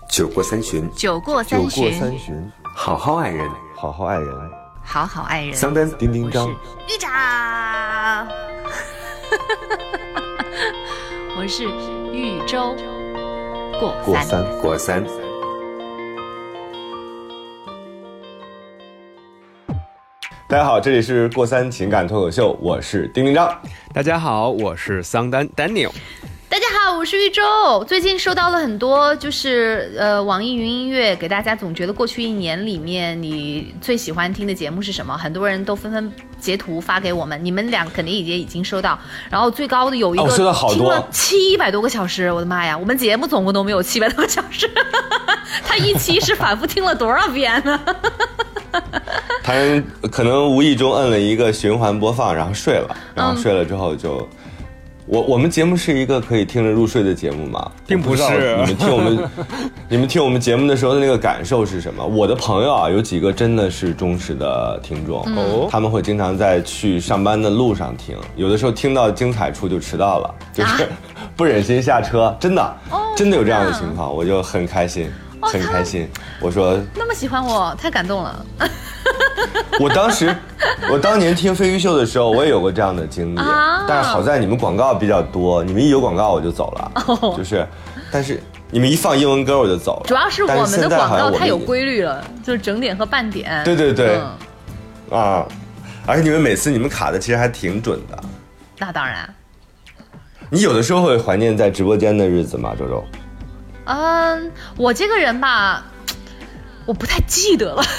酒过三巡， 酒过三巡， 好好爱人， 好好爱人， 好好爱人。 桑丹、 丁丁张、 玉长，我是豫州过三。 大家好，这里是过三情感脱口秀，我是丁丁张。 大家好，我是桑丹 Daniel。 大家好，我是豫州。最近收到了很多，就是网易云音乐给大家总结了过去一年里面你最喜欢听的节目是什么，很多人都纷纷截图发给我们，你们俩肯定也已经收到。然后最高的有一个收到好多， 听了700多个小时，我的妈呀，我们节目总共都没有700多个小时，他一期是反复听了多少遍呢？ 他可能无意中摁了一个循环播放，然后睡了，然后睡了之后就，我们节目是一个可以听着入睡的节目吗？ 并不是。 你们听我们节目的时候的那个感受是什么？我的朋友啊，有几个真的是忠实的听众，他们会经常在去上班的路上听，有的时候听到精彩处就迟到了，就是不忍心下车，真的有这样的情况，我就很开心。很开心，我说那么喜欢我，太感动了。 我当年听飞鱼秀的时候，我也有过这样的经历，但是好在你们广告比较多，你们一有广告我就走了，但是你们一放英文歌我就走了。 主要是我们的广告太有规律了，就是整点和半点。 对，而且你们每次你们卡的其实还挺准的。 那当然。 你有的时候会怀念在直播间的日子吗，周周？ 我这个人吧，我不太记得了。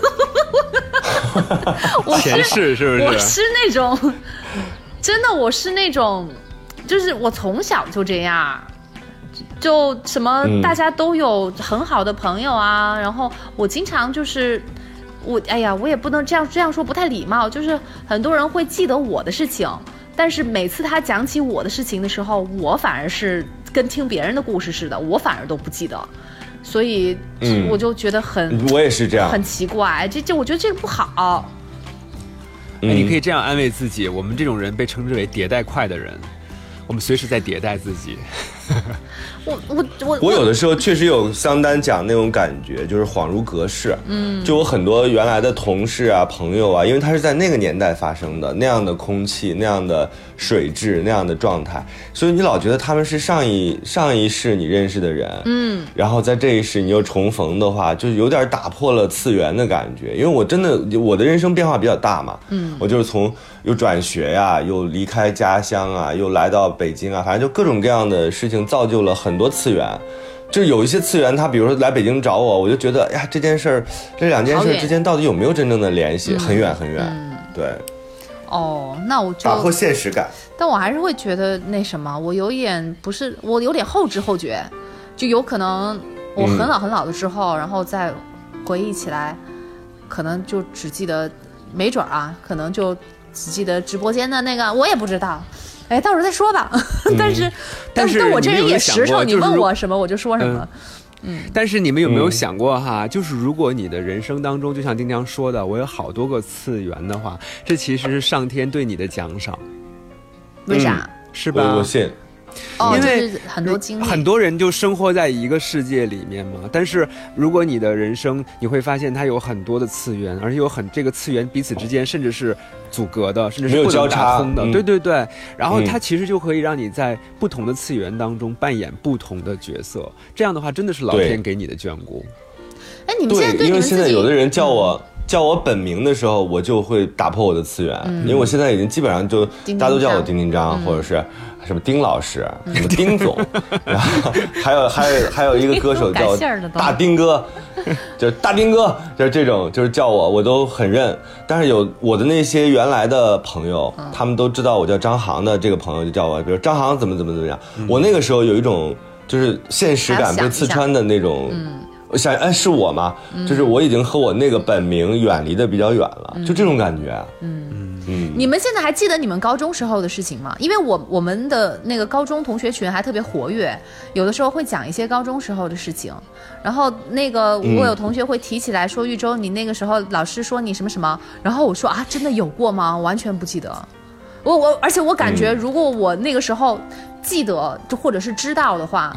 前世是不是？ 我是那种，真的，我是那种，就是我从小就这样，就什么大家都有很好的朋友啊，然后我经常就是我也不能这样说，不太礼貌，就是很多人会记得我的事情，但是每次他讲起我的事情的时候，我反而是跟听别人的故事似的，我反而都不记得，所以我就觉得我也是这样， 很奇怪，我觉得这个不好。 你可以这样安慰自己，我们这种人被称之为迭代快的人，我们随时在迭代自己。 我有的时候确实有桑丹讲那种感觉，就是恍如隔世。就我很多原来的同事啊、朋友啊，因为他是在那个年代发生的，那样的空气、那样的水质、那样的状态，所以你老觉得他们是上一世你认识的人。然后在这一世你又重逢的话，就有点打破了次元的感觉。因为我的人生变化比较大嘛。我就是从又转学呀，又离开家乡啊，又来到北京啊，反正就各种各样的事情造就了很多次元。就有一些次元他比如说来北京找我就觉得呀，这两件事之间到底有没有真正的联系，很远很远。对。 那我就打破现实感。 但我还是会觉得那什么，我有点后知后觉，就有可能我很老的之后，然后再回忆起来，可能就只记得，没准啊，可能就只记得直播间的那个，我也不知道。到时候再说吧。但是我这人也实诚，你问我什么我就说什么。 但是你们有没有想过哈，就是如果你的人生当中，就像丁丁说的，我有好多个次元的话，这其实是上天对你的奖赏。 为啥？ 是吧？ 我信。 因为很多经历， 很多人就生活在一个世界里面嘛。但是如果你的人生，你会发现它有很多的次元，而且这个次元彼此之间甚至是阻隔的，甚至是不能打通的。对。然后它其实就可以让你在不同的次元当中扮演不同的角色。这样的话，真的是老天给你的眷顾。 你们现在对因为现在有的人叫我本名的时候，我就会打破我的次元，因为我现在已经基本上就大家都叫我丁丁张，或者是什么丁老师，什么丁总，然后还有一个歌手叫大丁哥，就是大丁哥，就是这种，就是叫我都很认。但是有我的那些原来的朋友，他们都知道我叫张航的这个朋友就叫我，比如张航怎么样。我那个时候有一种就是现实感被刺穿的那种。我想，是我吗？就是我已经和我那个本名远离的比较远了，就这种感觉。 你们现在还记得你们高中时候的事情吗？因为我们的那个高中同学群还特别活跃，有的时候会讲一些高中时候的事情。然后那个我有同学会提起来说，豫州你那个时候老师说你什么什么，然后我说啊，真的有过吗？完全不记得。而且我感觉，如果我那个时候记得，就或者是知道的话。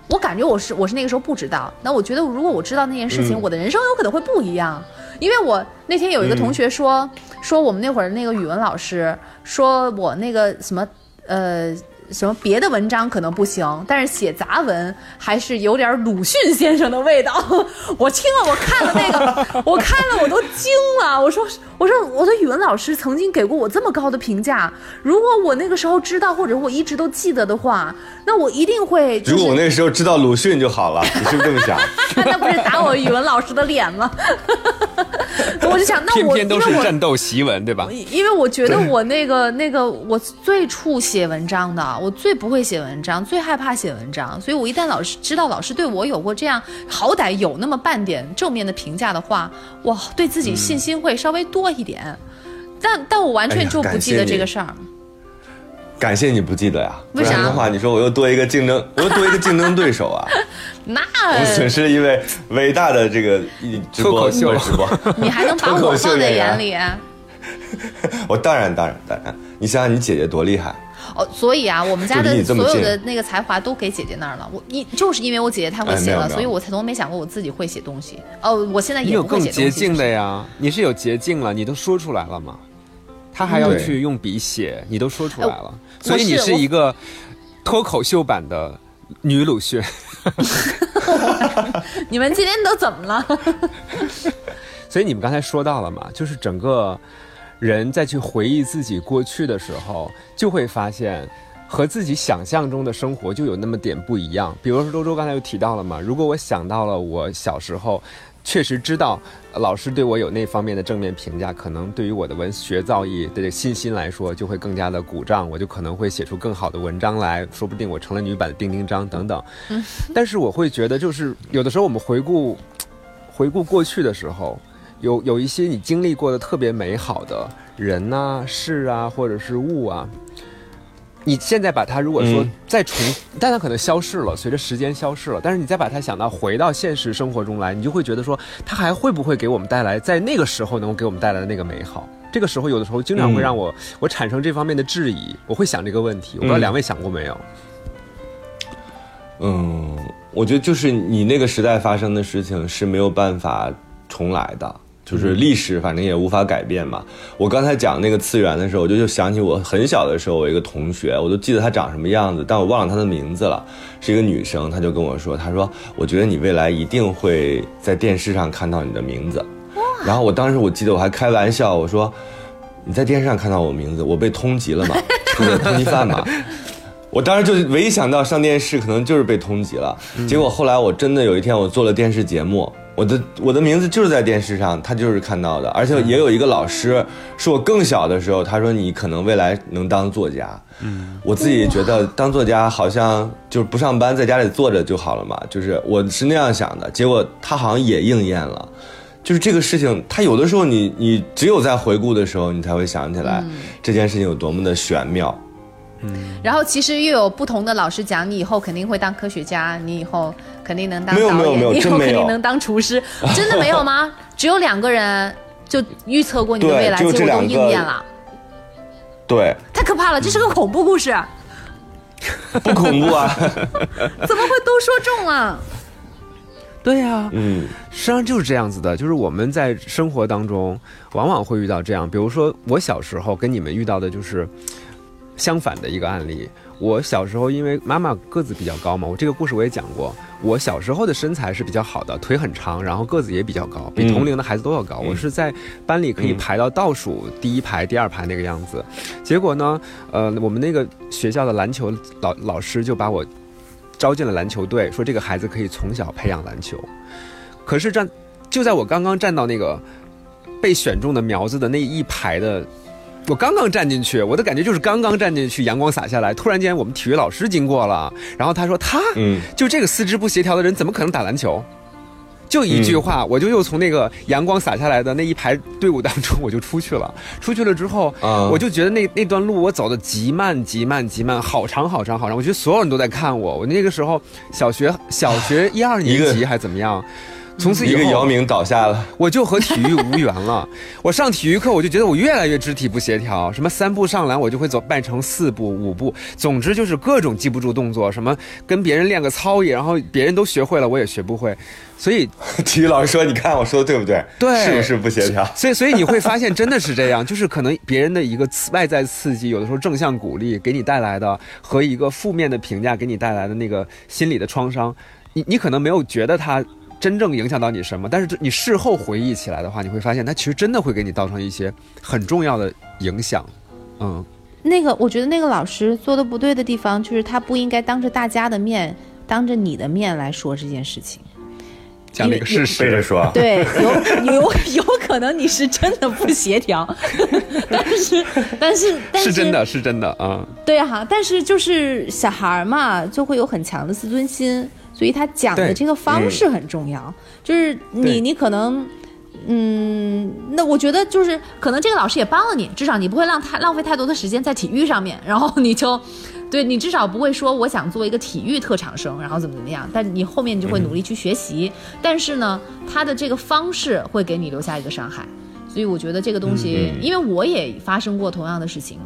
我感觉我是那个时候不知道。那我觉得如果我知道那件事情，我的人生有可能会不一样。因为我那天有一个同学说我们那会儿那个语文老师说我那个什么别的文章可能不行，但是写杂文还是有点鲁迅先生的味道。我听了，我看了那个，我看了我都惊了。我说我的语文老师曾经给过我这么高的评价，如果我那个时候知道，或者我一直都记得的话，那我一定会、 如果我那个时候知道鲁迅就好了。你是不是这么想？ 那不是打我语文老师的脸吗？我就想，那我偏偏都是战斗檄文，对吧？ 因为我觉得我那个我最怵写文章的，我最不会写文章，最害怕写文章，所以我一旦知道老师对我有过这样好歹有那么半点正面的评价的话，哇，对自己信心会稍微多一点。但我完全就不记得这个事儿。 感谢你不记得呀， 为啥？ 不然的话，你说我又多一个竞争对手啊。 那我损失了一位伟大的这个直播， 你还能把我放在眼里？ 我当然，你想想你姐姐多厉害哦！所以啊，我们家的所有的那个才华都给姐姐那儿了。就是因为我姐姐太会写了，所以我才从没想过我自己会写东西。我现在也不会写东西。 你有更捷径的呀，你是有捷径了，你都说出来了嘛。他还要去用笔写，你都说出来了，所以你是一个脱口秀版的女鲁迅。 你们今天都怎么了？ 所以你们刚才说到了嘛，就是整个人在去回忆自己过去的时候，就会发现和自己想象中的生活就有那么点不一样。比如说周周刚才又提到了嘛，如果我想到了我小时候确实知道老师对我有那方面的正面评价，可能对于我的文学造诣的信心来说就会更加的鼓胀，我就可能会写出更好的文章来，说不定我成了女版的丁丁章等等。但是我会觉得，就是有的时候我们回顾过去的时候，有一些你经历过的特别美好的人啊、事啊，或者是物啊，你现在把它如果说再但它可能消逝了，随着时间消逝了，但是你再把它想到回到现实生活中来，你就会觉得说它还会不会给我们带来在那个时候能够给我们带来的那个美好。这个时候有的时候经常会让我产生这方面的质疑，我会想这个问题。我不知道两位想过没有。 我觉得就是你那个时代发生的事情是没有办法重来的，就是历史反正也无法改变嘛。我刚才讲那个次元的时候，我就想起我很小的时候，我一个同学，我都记得她长什么样子，但我忘了她的名字了，是一个女生。她就跟我说，她说我觉得你未来一定会在电视上看到你的名字。然后我当时我记得我还开玩笑，我说你在电视上看到我名字，我被通缉了嘛，出了通缉犯嘛。我当时就唯一想到上电视可能就是被通缉了。结果后来我真的有一天我做了电视节目，我的名字就是在电视上，他就是看到的。而且也有一个老师是我更小的时候，他说你可能未来能当作家。我自己觉得当作家好像就是不上班，在家里坐着就好了嘛，就是我是那样想的。结果他好像也应验了。就是这个事情，他有的时候你只有在回顾的时候，你才会想起来这件事情有多么的玄妙。 然后其实又有不同的老师讲，你以后肯定会当科学家，你以后肯定能当导演， 没有你以后肯定能当厨师。真的没有吗？只有2个人就预测过你的未来，结果都应验了。 对， 太可怕了，这是个恐怖故事。 不恐怖啊？ 怎么会都说中了？ 对呀，实际上就是这样子的，就是我们在生活当中往往会遇到这样，比如说我小时候跟你们遇到的就是相反的一个案例。我小时候因为妈妈个子比较高嘛，我这个故事我也讲过，我小时候的身材是比较好的，腿很长，然后个子也比较高，比同龄的孩子都要高。我是在班里可以排到倒数第1排、第2排那个样子。结果呢，我们那个学校的篮球老师就把我招进了篮球队，说这个孩子可以从小培养篮球。可是就在我刚刚站到那个被选中的苗子的那一排的，我刚刚站进去，我的感觉就是刚刚站进去，阳光洒下来，突然间我们体育老师经过了，然后他说就这个四肢不协调的人怎么可能打篮球？就一句话，我就又从那个阳光洒下来的那一排队伍当中我就出去了。出去了之后，我就觉得那段路我走的极慢，好长，我觉得所有人都在看我。我那个时候小学1、2年级还怎么样， 从此以后一个姚明倒下了， 我就和体育无缘了。我上体育课，我就觉得我越来越肢体不协调，什么3步上篮我就会迈成4步5步，总之就是各种记不住动作，什么跟别人练个操也，然后别人都学会了我也学不会，所以体育老师说你看我说的对不对？ 对， 是不是不协调？ 所以你会发现真的是这样，就是可能别人的一个外在刺激，有的时候正向鼓励给你带来的和一个负面的评价给你带来的那个心理的创伤，你可能没有觉得它真正影响到你什么，但是你事后回忆起来的话，你会发现它其实真的会给你造成一些很重要的影响。 我觉得那个老师做的不对的地方，就是他不应该当着大家的面，当着你的面来说这件事情， 讲了一个事实， 背着说， 对，有可能你是真的不协调，但是是真的啊， 对啊，但是就是小孩嘛，就会有很强的自尊心。所以他讲的这个方式很重要，就是你可能，那我觉得就是可能这个老师也帮了你，至少你不会浪费太多的时间在体育上面，然后你就，对你至少不会说我想做一个体育特长生，然后怎么样，但你后面就会努力去学习，但是呢，他的这个方式会给你留下一个伤害，所以我觉得这个东西，因为我也发生过同样的事情，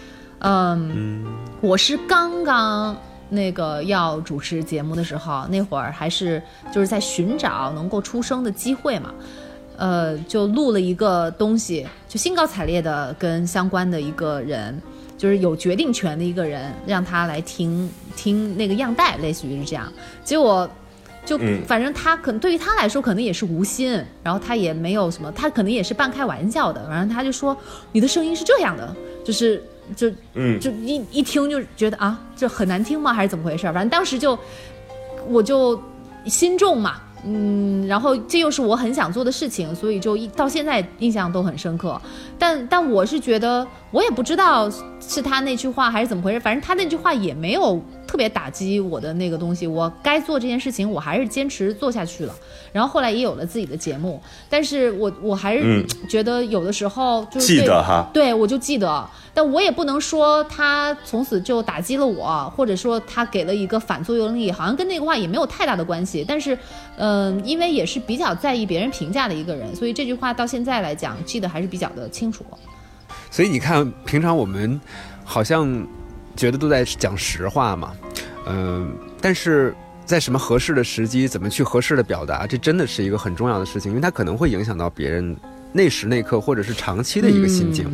我是刚刚那个要主持节目的时候，那会儿还是就是在寻找能够出声的机会嘛，就录了一个东西，就兴高采烈的跟相关的一个人，就是有决定权的一个人，让他来听那个样带，类似于是这样。结果就反正他可能对于他来说可能也是无心，然后他也没有什么，他可能也是半开玩笑的，然后他就说你的声音是这样的，就一听就觉得啊，这很难听吗？还是怎么回事？反正当时我就心重嘛，然后这又是我很想做的事情，所以就到现在印象都很深刻。但我是觉得，我也不知道是他那句话还是怎么回事，反正他那句话也没有特别打击我的那个东西，我该做这件事情我还是坚持做下去了，然后后来也有了自己的节目，但是我还是觉得有的时候就是记得哈， 对，我就记得，但我也不能说他从此就打击了我，或者说他给了一个反作用力，好像跟那个话也没有太大的关系，但是因为也是比较在意别人评价的一个人，所以这句话到现在来讲记得还是比较的清楚。 所以你看平常我们好像觉得都在讲实话嘛，但是在什么合适的时机，怎么去合适的表达，这真的是一个很重要的事情，因为它可能会影响到别人那时那刻或者是长期的一个心境。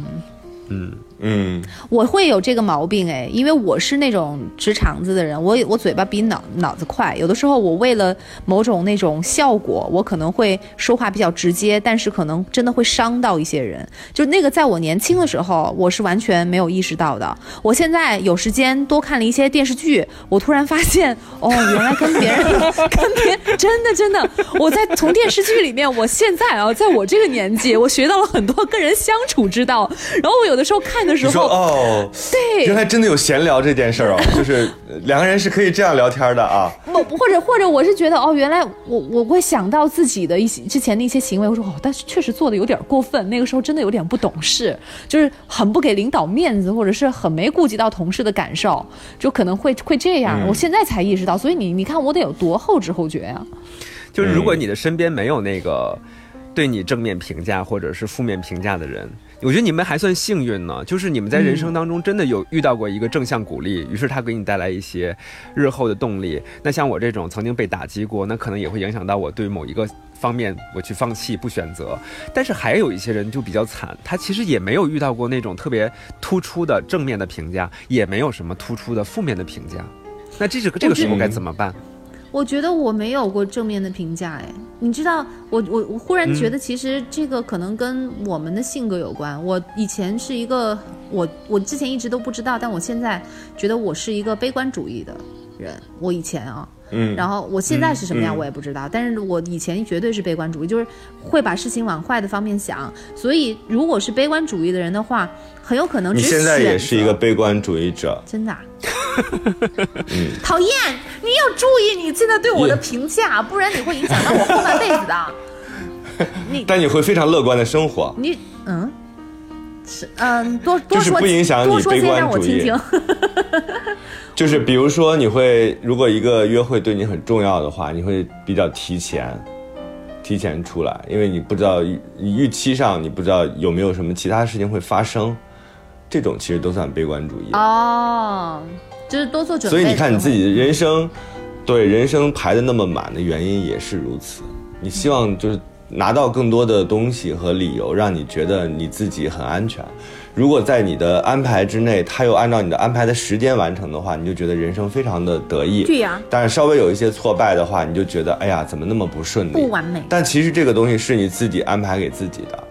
我会有这个毛病因为我是那种直肠子的人，我嘴巴比脑子快，有的时候我为了某种那种效果，我可能会说话比较直接，但是可能真的会伤到一些人。就那个在我年轻的时候，我是完全没有意识到的。我现在有时间多看了一些电视剧，我突然发现，原来跟别人真的，我在从电视剧里面，我现在在我这个年纪，我学到了很多跟人相处之道。然后我有的时候看的时候，对， 原来真的有闲聊这件事儿就是两个人是可以这样聊天的啊。 或者我是觉得原来我会想到自己的之前的一些行为，我说但是确实做的有点过分，那个时候真的有点不懂事，就是很不给领导面子，或者是很没顾及到同事的感受，就可能会这样。我现在才意识到，所以你看我得有多后知后觉呀。 就是如果你的身边没有那个对你正面评价或者是负面评价的人，我觉得你们还算幸运呢，就是你们在人生当中真的有遇到过一个正向鼓励，于是他给你带来一些日后的动力。那像我这种曾经被打击过，那可能也会影响到我对某一个方面我去放弃不选择。但是还有一些人就比较惨，他其实也没有遇到过那种特别突出的正面的评价，也没有什么突出的负面的评价，那这个时候该怎么办？ 我觉得我没有过正面的评价你知道，我忽然觉得其实这个可能跟我们的性格有关。我以前是一个我之前一直都不知道，但我现在觉得我是一个悲观主义的人。我以前然后我现在是什么样我也不知道，但是我以前绝对是悲观主义，就是会把事情往坏的方面想。所以如果是悲观主义的人的话，很有可能你现在也是一个悲观主义者， 真的讨厌，你要注意你现在对我的评价，不然你会影响到我后半辈子的。 但你会非常乐观的生活。 你多说， 就是不影响你悲观主义。就是比如说，你会如果一个约会对你很重要的话，你会比较提前， 提前出来，因为你不知道预期上你不知道有没有什么其他事情会发生，这种其实都算悲观主义哦，就是多做准备。 所以你看你自己的人生，对人生排得那么满的原因也是如此，你希望就是拿到更多的东西和理由，让你觉得你自己很安全。如果在你的安排之内，他又按照你的安排的时间完成的话，你就觉得人生非常的得意。 对呀。 但是稍微有一些挫败的话，你就觉得哎呀，怎么那么不顺利， 不完美。 但其实这个东西是你自己安排给自己的。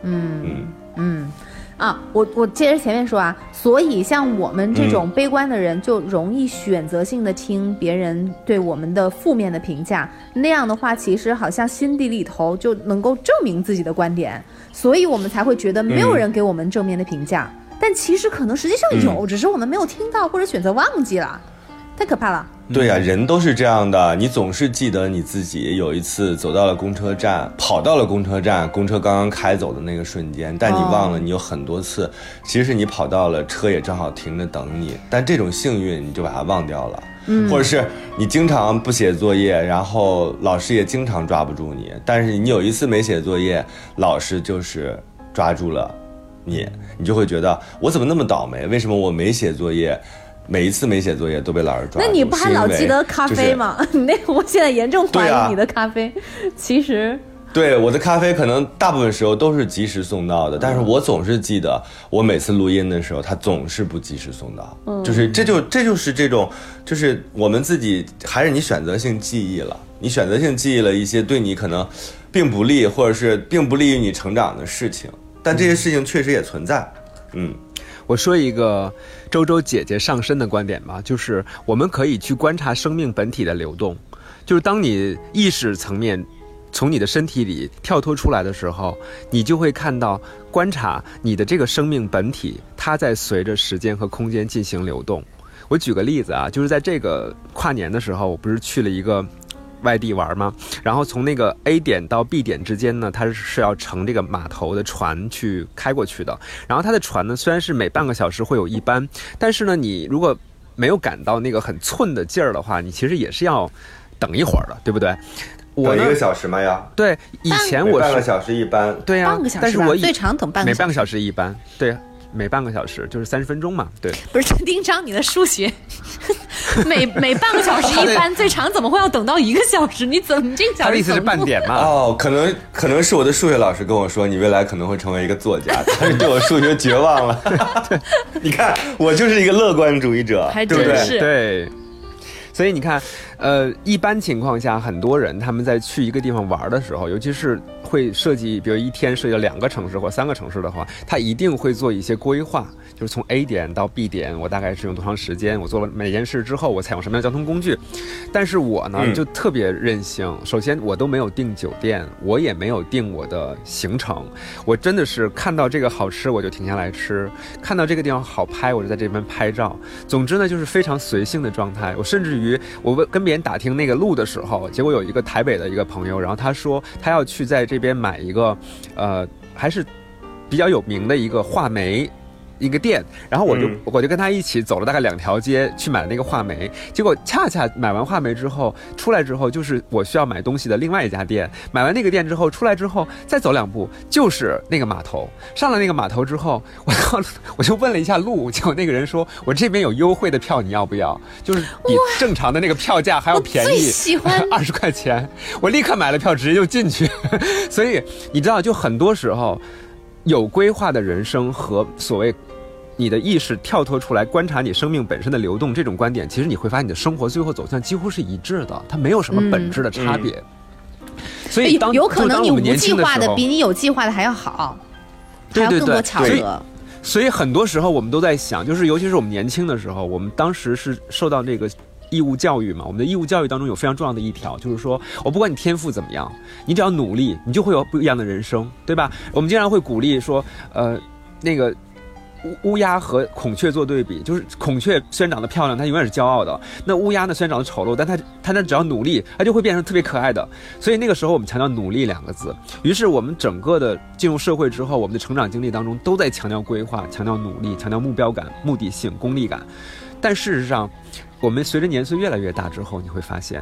我接着前面说啊，所以像我们这种悲观的人，就容易选择性的听别人对我们的负面的评价，那样的话，其实好像心底里头就能够证明自己的观点，所以我们才会觉得没有人给我们正面的评价，但其实可能实际上有，只是我们没有听到或者选择忘记了，太可怕了。 对呀，人都是这样的，你总是记得你自己有一次走到了公车站，跑到了公车站，公车刚刚开走的那个瞬间，但你忘了你有很多次其实是你跑到了，车也正好停着等你，但这种幸运你就把它忘掉了。或者是你经常不写作业，然后老师也经常抓不住你，但是你有一次没写作业，老师就是抓住了你，你就会觉得我怎么那么倒霉，为什么我没写作业，每一次没写作业都被老师抓住？ 那你不还老记得咖啡吗？那我现在严重怀疑你的咖啡，其实对，我的咖啡可能大部分时候都是及时送到的，但是我总是记得我每次录音的时候它总是不及时送到。就是这就是这种，就是我们自己还是你选择性记忆了，你选择性记忆了一些对你可能并不利或者是并不利于你成长的事情，但这些事情确实也存在。 我说一个周周姐姐上身的观点吧，就是我们可以去观察生命本体的流动，就是当你意识层面从你的身体里跳脱出来的时候，你就会看到观察你的这个生命本体，它在随着时间和空间进行流动。我举个例子啊，就是在这个跨年的时候，我不是去了一个外地玩吗？然后从那个 A 点到 B 点之间呢，它是要乘这个码头的船去开过去的。然后它的船呢，虽然是每半个小时会有一班，但是呢，你如果没有赶到那个很寸的劲儿的话，你其实也是要等一会儿的，对不对？ 我1个小时吗？要对，以前我是半个小时一班， 对呀， 半个小时吧， 但是我最长等半个小时， 每半个小时一班，对。每半个小时就是30分钟嘛，对。 不是丁章，你的数学每半个小时一班，最长怎么会要等到1个小时？你怎么这小时？ 他的意思是半点嘛？ 哦，可能是我的数学老师跟我说，你未来可能会成为一个作家，但是对我数学绝望了。你看，我就是一个乐观主义者， 还真是对。所以你看，一般情况下，很多人他们在去一个地方玩的时候，尤其是会涉及，比如一天涉及到2个城市或3个城市的话，他一定会做一些规划，就是从 A 点到 B 点，我大概是用多长时间，我做了每件事之后，我采用什么样的交通工具。但是我呢，就特别任性。首先，我都没有订酒店，我也没有订我的行程，我真的是看到这个好吃我就停下来吃，看到这个地方好拍我就在这边拍照。总之呢，就是非常随性的状态。我甚至于我跟别人打听那个路的时候，结果有一个台北的一个朋友，然后他说他要去在这边买一个还是比较有名的一个话梅一个店，然后我就跟他一起走了大概2条街去买那个话梅，结果恰恰买完话梅之后出来之后，就是我需要买东西的另外一家店，买完那个店之后出来之后再走2步就是那个码头，上了那个码头之后我就问了一下路，结果那个人说我这边有优惠的票你要不要，就是比正常的那个票价还要便宜， 最喜欢 20块钱，我立刻买了票直接就进去。所以你知道，就很多时候有规划的人生和所谓你的意识跳脱出来观察你生命本身的流动，这种观点其实你会发现你的生活最后走向几乎是一致的，它没有什么本质的差别。所以有可能你无计划的比你有计划的还要好，还要更多巧合。 所以很多时候我们都在想，就是尤其是我们年轻的时候，我们当时是受到这个义务教育嘛，我们的义务教育当中有非常重要的一条，就是说我不管你天赋怎么样，你只要努力，你就会有不一样的人生，对吧？我们经常会鼓励说，那个乌鸦和孔雀做对比，就是孔雀虽然长得漂亮，它永远是骄傲的；那乌鸦呢，虽然长得丑陋，但它只要努力，它就会变成特别可爱的。所以那个时候我们强调努力2个字。于是我们整个的进入社会之后，我们的成长经历当中都在强调规划、强调努力、强调目标感、目的性、功利感。但事实上，我们随着年岁越来越大之后，你会发现，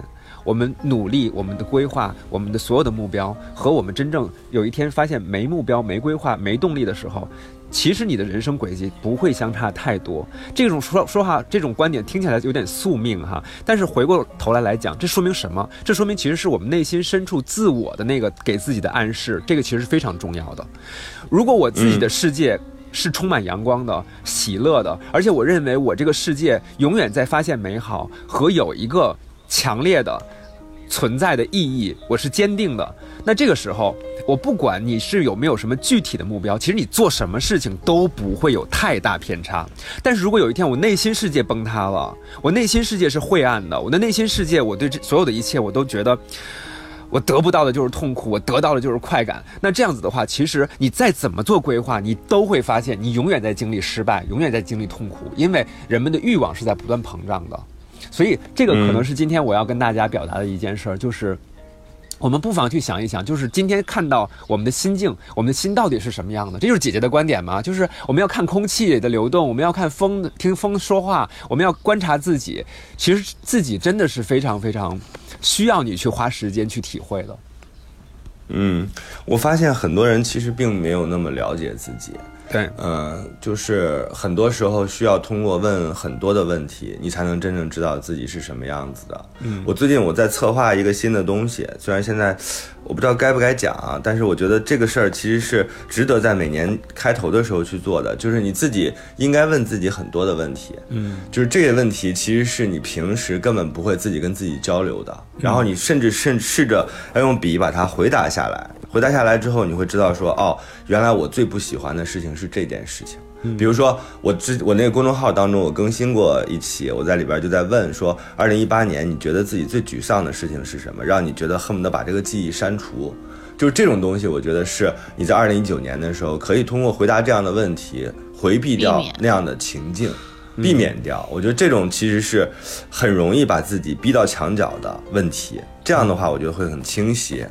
我们努力、我们的规划、我们的所有的目标，和我们真正有一天发现没目标、没规划、没动力的时候，其实你的人生轨迹不会相差太多。这种说话，这种观点听起来有点宿命哈，但是回过头来讲，这说明什么？这说明其实是我们内心深处自我的那个给自己的暗示，这个其实是非常重要的。如果我自己的世界是充满阳光的、喜乐的，而且我认为我这个世界永远在发现美好和有一个强烈的存在的意义，我是坚定的。那这个时候，我不管你是有没有什么具体的目标，其实你做什么事情都不会有太大偏差。但是如果有一天我内心世界崩塌了，我内心世界是晦暗的，我的内心世界，我对这所有的一切我都觉得我得不到的就是痛苦，我得到的就是快感。那这样子的话，其实你再怎么做规划，你都会发现你永远在经历失败，永远在经历痛苦，因为人们的欲望是在不断膨胀的。所以这个可能是今天我要跟大家表达的一件事，就是我们不妨去想一想，就是今天看到我们的心境，我们的心到底是什么样的？这就是姐姐的观点嘛，就是我们要看空气的流动，我们要看风，听风说话，我们要观察自己。其实自己真的是非常非常需要你去花时间去体会的。 我发现很多人其实并没有那么了解自己。 对， 就是很多时候需要通过问很多的问题，你才能真正知道自己是什么样子的。我最近我在策划一个新的东西，虽然现在我不知道该不该讲啊，但是我觉得这个事儿其实是值得在每年开头的时候去做的，就是你自己应该问自己很多的问题。就是这些问题其实是你平时根本不会自己跟自己交流的，然后你甚至试着要用笔把它回答下来。回答下来之后，你会知道说，哦，原来我最不喜欢的事情是这件事情。比如说我那个公众号当中，我更新过一期，我在里边就在问说，2018年你觉得自己最沮丧的事情是什么，让你觉得恨不得把这个记忆删除。就是这种东西，我觉得是你在2019年的时候可以通过回答这样的问题，回避掉那样的情境，避免掉。我觉得这种其实是很容易把自己逼到墙角的问题，这样的话我觉得会很清晰。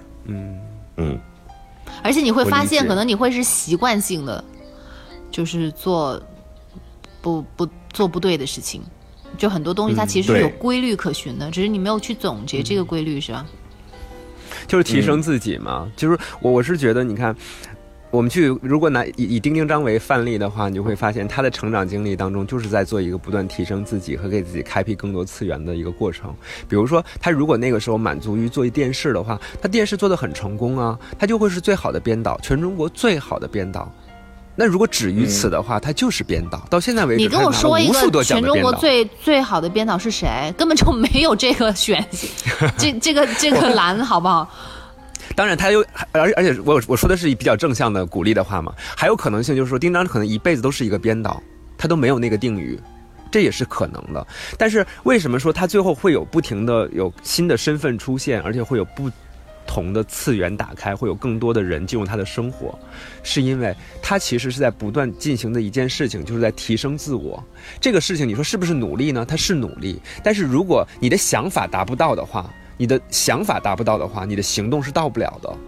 而且你会发现，可能你会是习惯性的，就是做不对的事情，就很多东西它其实是有规律可循的，只是你没有去总结这个规律，是吧？ 就是提升自己嘛。就是我是觉得，你看，我们如果拿以丁丁章为范例的话，你就会发现他的成长经历当中就是在做一个不断提升自己和给自己开辟更多次元的一个过程。比如说他如果那个时候满足于做电视的话，他电视做得很成功啊，他就会是最好的编导，全中国最好的编导。那如果止于此的话，他就是编导。到现在为止， 你跟我说一个全中国最好的编导是谁？根本就没有这个选这个栏，好不好？ 当然，他又而且我说的是比较正向的鼓励的话嘛，还有可能性就是说，丁章可能一辈子都是一个编导，他都没有那个定语，这也是可能的。但是为什么说他最后会有不停的有新的身份出现，而且会有不同的次元打开，会有更多的人进入他的生活，是因为他其实是在不断进行的一件事情，就是在提升自我。这个事情你说是不是努力呢？他是努力，但是如果你的想法达不到的话，你的行动是到不了的。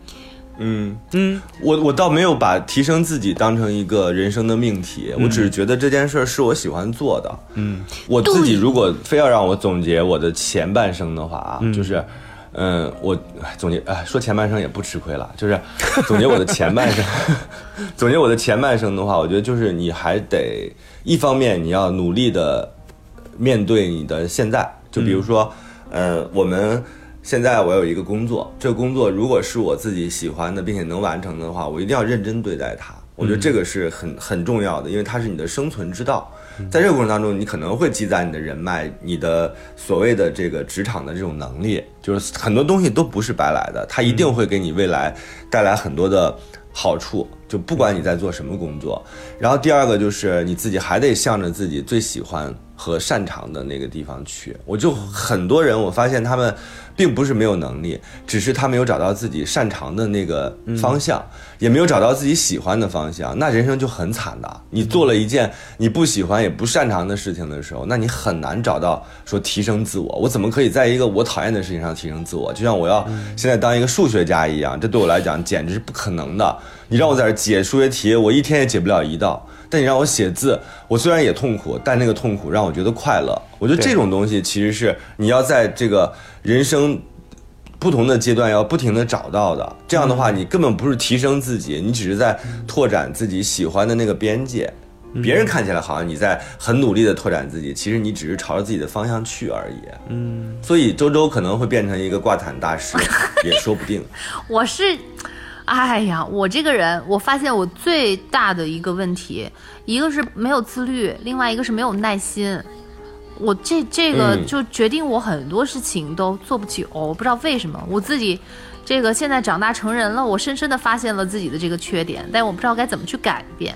我倒没有把提升自己当成一个人生的命题，我只是觉得这件事是我喜欢做的。我自己如果非要让我总结我的前半生的话啊，就是我总结说前半生也不吃亏了，就是总结我的前半生总结我的前半生的话，我觉得就是你还得一方面你要努力的面对你的现在，就比如说我们现在我有一个工作，这个工作如果是我自己喜欢的并且能完成的话，我一定要认真对待它。我觉得这个是很重要的，因为它是你的生存之道。在这个过程当中，你可能会积攒你的人脉，你的所谓的这个职场的这种能力，就是很多东西都不是白来的，它一定会给你未来带来很多的好处，就不管你在做什么工作。然后第二个就是你自己还得向着自己最喜欢和擅长的那个地方去。我就很多人我发现他们并不是没有能力，只是他没有找到自己擅长的那个方向，也没有找到自己喜欢的方向，那人生就很惨的。你做了一件你不喜欢也不擅长的事情的时候，那你很难找到说提升自我。我怎么可以在一个我讨厌的事情上提升自我？就像我要现在当一个数学家一样，这对我来讲简直是不可能的。你让我在这解数学题，我一天也解不了一道。 但你让我写字，我虽然也痛苦，但那个痛苦让我觉得快乐。我觉得这种东西其实是你要在这个人生不同的阶段要不停地找到的。这样的话，你根本不是提升自己，你只是在拓展自己喜欢的那个边界。别人看起来好像你在很努力地拓展自己，其实你只是朝着自己的方向去而已。所以周周可能会变成一个挂毯大师，也说不定。 哎呀，我这个人，我发现我最大的一个问题，一个是没有自律，另外一个是没有耐心。我这个就决定我很多事情都做不久，我不知道为什么。我自己这个现在长大成人了，我深深的发现了自己的这个缺点，但我不知道该怎么去改变。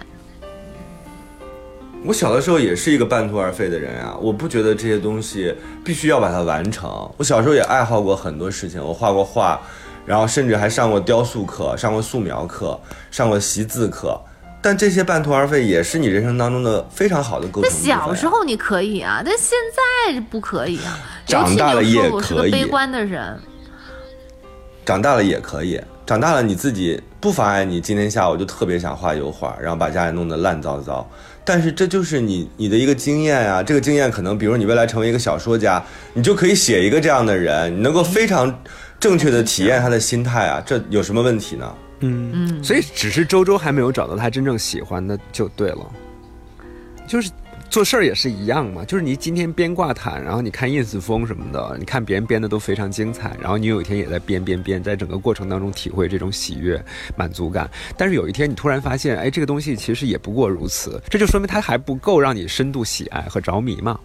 我小的时候也是一个半途而废的人啊，我不觉得这些东西必须要把它完成。我小时候也爱好过很多事情，我画过画，然后甚至还上过雕塑课，上过素描课，上过习字课。但这些半途而废也是你人生当中的非常好的构成部分。 小时候你可以啊，但现在不可以啊。 长大了也可以。 我是个悲观的人。 长大了也可以，长大了你自己不妨碍你今天下午就特别想画油画，然后把家里弄得烂糟糟。但是这就是你的一个经验啊，这个经验可能比如你未来成为一个小说家，你就可以写一个这样的人，你能够非常正确的体验他的心态啊，这有什么问题呢？ 所以只是周周还没有找到他真正喜欢的就对了。就是做事儿也是一样嘛，就是你今天编挂毯，然后你看 ins 风什么的，你看别人编的都非常精彩，然后你有一天也在编，在整个过程当中体会这种喜悦满足感。但是有一天你突然发现，哎，这个东西其实也不过如此，这就说明它还不够让你深度喜爱和着迷嘛。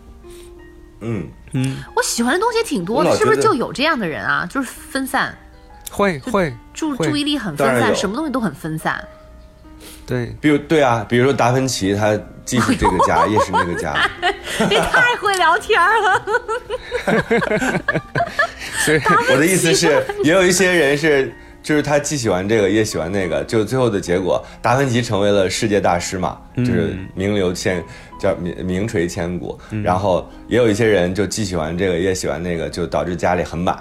我喜欢的东西挺多的，是不是就有这样的人啊？就是分散， 会注意力很分散，什么东西都很分散。 对， 对啊，比如说达芬奇，他既是这个家，也是那个家。 你太会聊天了。 所以我的意思是，也有一些人是，就是他既喜欢这个，也喜欢那个，就最后的结果，达芬奇成为了世界大师嘛，就是名垂千古。然后也有一些人就既喜欢这个，也喜欢那个，就导致家里很满。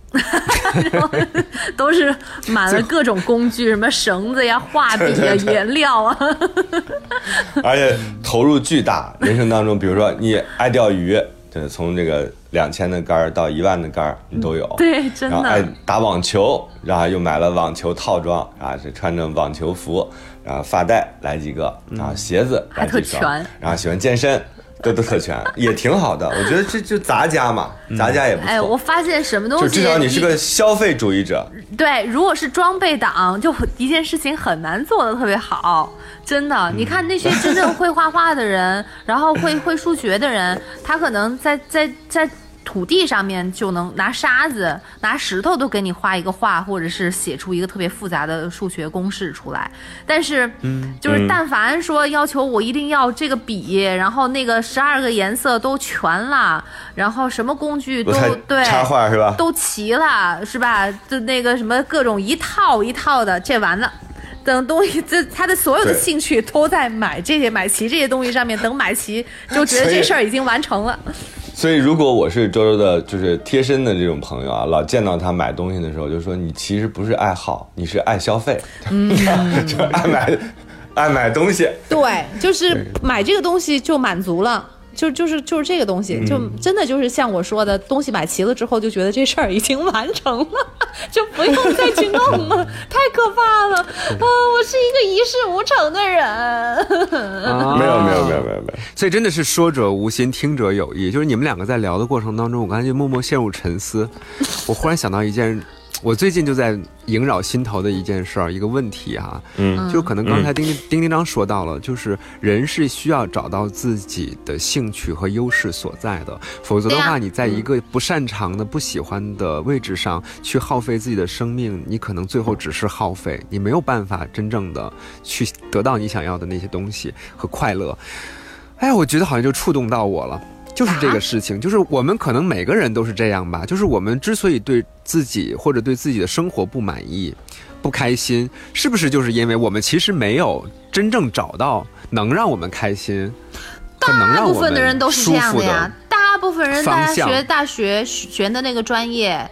都是满了各种工具，什么绳子呀、画笔呀、颜料啊， 而且投入巨大。人生当中，比如说你爱钓鱼，就是从这个2000的杆到1万的杆，你都有。 对，真的。 然后爱打网球，然后又买了网球套装，然后是穿着网球服，然后发带来几个，然后鞋子来几双，然后喜欢健身。都特全，也挺好的。我觉得这就杂家嘛，杂家也不错。 哎，我发现什么东西， 就至少你是个消费主义者。 对，如果是装备党，就一件事情很难做得特别好，真的。你看那些真正会画画的人，然后会数学的人，他可能在土地上面就能拿沙子、拿石头都给你画一个画，或者是写出一个特别复杂的数学公式出来。但是，就是但凡说要求我一定要这个笔，然后那个12个颜色都全了，然后什么工具都对， 插画是吧？ 都齐了是吧？就那个什么各种一套一套的，这完了。等东西，他的所有的兴趣都在买齐这些东西上面。等买齐，就觉得这事儿已经完成了。 所以，如果我是周周的，就是贴身的这种朋友啊，老见到他买东西的时候，就说你其实不是爱好，你是爱消费，就爱买东西。 对，就是买这个东西就满足了。就是这个东西，就真的就是像我说的，东西买齐了之后，就觉得这事儿已经完成了，就不用再去弄了，太可怕了啊！我是一个一事无成的人。 没有， 所以真的是说者无心，听者有意。就是你们两个在聊的过程当中，我刚才就默默陷入沉思。我忽然想到一件。我最近就在萦绕心头的一件事儿，一个问题哈，就可能刚才丁章说到了，就是人是需要找到自己的兴趣和优势所在的，否则的话，你在一个不擅长的、不喜欢的位置上去耗费自己的生命，你可能最后只是耗费，你没有办法真正的去得到你想要的那些东西和快乐。哎呀，我觉得好像就触动到我了。就是这个事情，就是我们可能每个人都是这样吧，就是我们之所以对自己或者对自己的生活不满意、不开心，是不是就是因为我们其实没有真正找到能让我们开心和能让我们舒服的？大部分的人都是这样的呀，大部分人大学学的那个专业，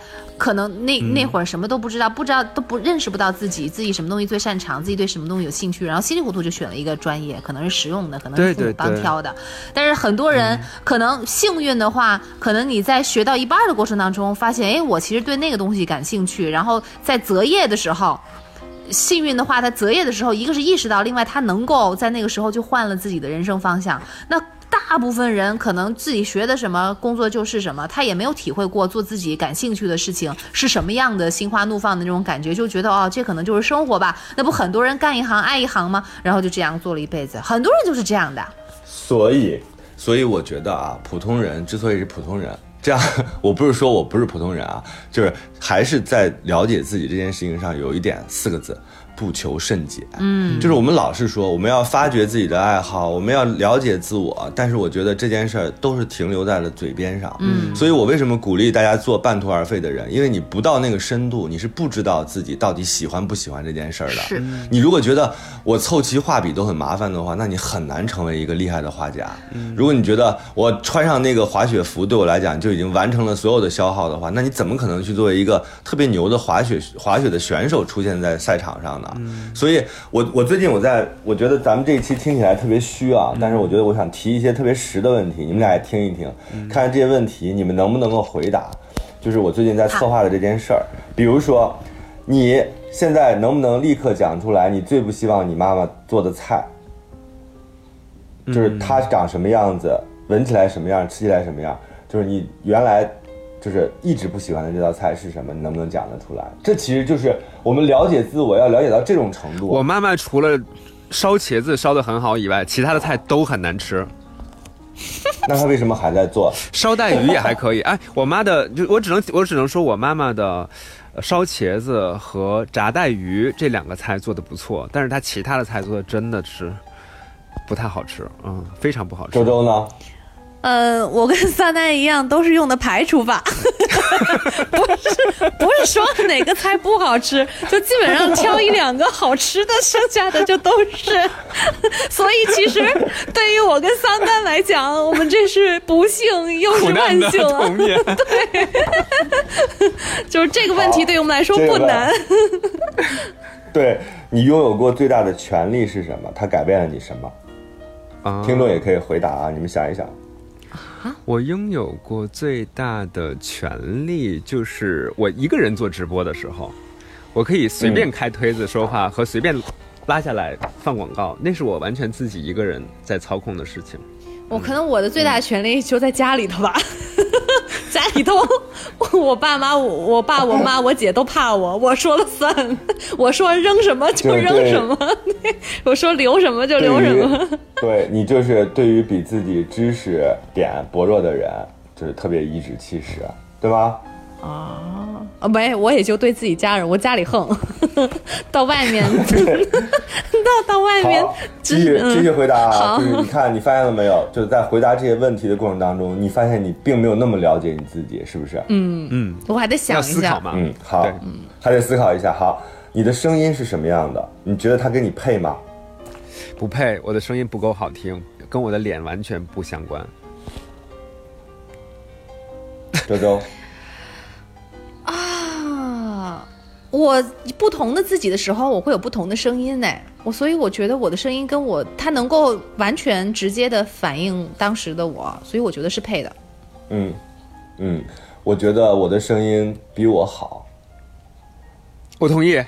可能那会儿什么都不知道，都不认识不到自己什么东西最擅长，自己对什么东西有兴趣，然后稀里糊涂就选了一个专业，可能是实用的，可能是父母帮挑的。但是很多人可能幸运的话，可能你在学到一半的过程当中发现，哎，我其实对那个东西感兴趣，然后在择业的时候。幸运的话，他择业的时候，一个是意识到，另外他能够在那个时候就换了自己的人生方向。那大部分人可能自己学的什么工作就是什么，他也没有体会过做自己感兴趣的事情是什么样的心花怒放的那种感觉，就觉得哦，这可能就是生活吧。那不很多人干一行爱一行吗？然后就这样做了一辈子，很多人就是这样的。 所以我觉得啊，普通人之所以是普通人。这样，我不是说我不是普通人啊，就是还是在了解自己这件事情上有一点4个字：不求甚解。就是我们老是说我们要发掘自己的爱好，我们要了解自我，但是我觉得这件事儿都是停留在了嘴边上。所以我为什么鼓励大家做半途而废的人？因为你不到那个深度，你是不知道自己到底喜欢不喜欢这件事儿的。 是你如果觉得我凑齐画笔都很麻烦的话，那你很难成为一个厉害的画家。如果你觉得我穿上那个滑雪服对我来讲就已经完成了所有的消耗的话，那你怎么可能去作为一个特别牛的滑雪的选手出现在赛场上呢？所以我最近我觉得咱们这一期听起来特别虚啊，但是我觉得我想提一些特别实的问题，你们俩也听一听，看看这些问题你们能不能够回答。就是我最近在策划的这件事儿，比如说你现在能不能立刻讲出来你最不希望你妈妈做的菜，就是它长什么样子，闻起来什么样，吃起来什么样，就是你原来就是一直不喜欢的这道菜是什么，你能不能讲得出来？这其实就是我们了解自我要了解到这种程度。 我妈妈除了烧茄子烧得很好以外，其他的菜都很难吃。 那她为什么还在做？ 烧带鱼也还可以。哎，我妈的，我只能说我妈妈的烧茄子和炸带鱼这2个菜做得不错，但是她其他的菜做的真的是不太好吃，非常不好吃。 周周呢？ 我跟撒旦一样，都是用的排除法，不是说哪个菜不好吃，就基本上挑1、2个好吃的，剩下的就都是。所以其实对于我跟撒旦来讲，我们这是不幸又是万幸啊。对，就是这个问题对于我们来说不难。 对，你拥有过最大的权利是什么？它改变了你什么？听众也可以回答啊，你们想一想。 我拥有过最大的权利就是我一个人做直播的时候，我可以随便开推子说话和随便拉下来放广告，那是我完全自己一个人在操控的事情。 可能我的最大的权利就在家里头吧。家里头我爸妈我爸我妈我姐都怕我说了算，我说扔什么就扔什么，我说留什么就留什么。 对，你就是对于比自己知识点薄弱的人就是特别颐指气使，对吗？ 没，我也就对自己家人，我家里横，到外面到外面继续回答啊！就是你看，你发现了没有？就是在回答这些问题的过程当中，你发现你并没有那么了解你自己，是不是？ 我还得想一下。 要思考嘛。 好，还得思考一下。好，你的声音是什么样的？你觉得它跟你配吗？ 不配，我的声音不够好听，跟我的脸完全不相关。 周周。 我不同的自己的时候，我会有不同的声音呢。所以我觉得我的声音跟它能够完全直接的反映当时的我，所以我觉得是配的。 我觉得我的声音比我好。 我同意。